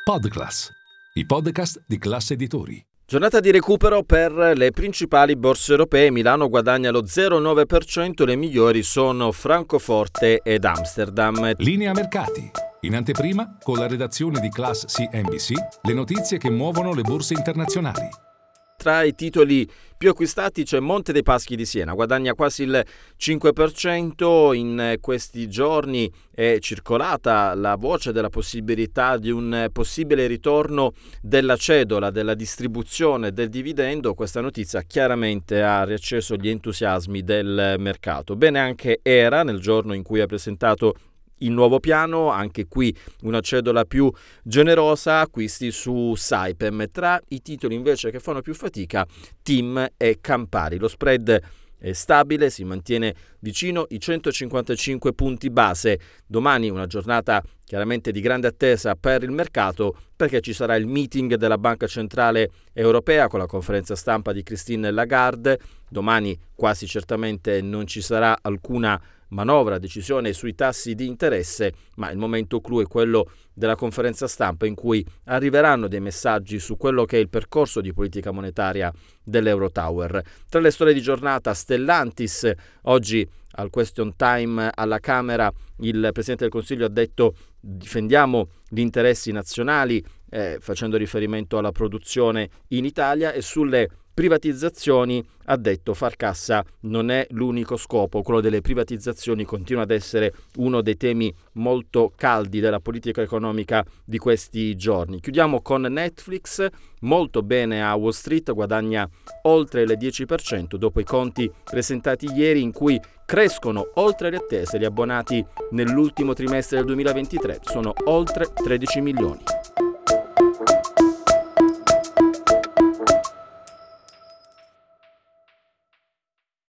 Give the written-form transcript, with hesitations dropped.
Podclass, i podcast di Class Editori. Giornata di recupero per le principali borse europee. Milano guadagna lo 0,9%, le migliori sono Francoforte ed Amsterdam. Linea mercati. In anteprima, con la redazione di Class CNBC, le notizie che muovono le borse internazionali. Tra i titoli più acquistati c'è Monte dei Paschi di Siena, guadagna quasi il 5%. In questi giorni è circolata la voce della possibilità di un possibile ritorno della cedola, della distribuzione del dividendo. Questa notizia chiaramente ha riacceso gli entusiasmi del mercato. Bene anche Era nel giorno in cui ha presentato il nuovo piano, anche qui una cedola più generosa, acquisti su Saipem. Tra i titoli invece che fanno più fatica, TIM e Campari. Lo spread è stabile, si mantiene vicino i 155 punti base. Domani una giornata chiaramente di grande attesa per il mercato, perché ci sarà il meeting della Banca Centrale Europea con la conferenza stampa di Christine Lagarde. Domani quasi certamente non ci sarà alcuna manovra, decisione sui tassi di interesse, ma il momento clou è quello della conferenza stampa in cui arriveranno dei messaggi su quello che è il percorso di politica monetaria dell'Eurotower. Tra le storie di giornata, Stellantis. Oggi al question time alla Camera il Presidente del Consiglio ha detto: difendiamo gli interessi nazionali, facendo riferimento alla produzione in Italia, e sulle privatizzazioni ha detto: far cassa non è l'unico scopo. Quello delle privatizzazioni continua ad essere uno dei temi molto caldi della politica economica di questi giorni. Chiudiamo con Netflix, molto bene a Wall Street, guadagna oltre il 10% dopo i conti presentati ieri, in cui crescono oltre le attese gli abbonati nell'ultimo trimestre del 2023, sono oltre 13 milioni.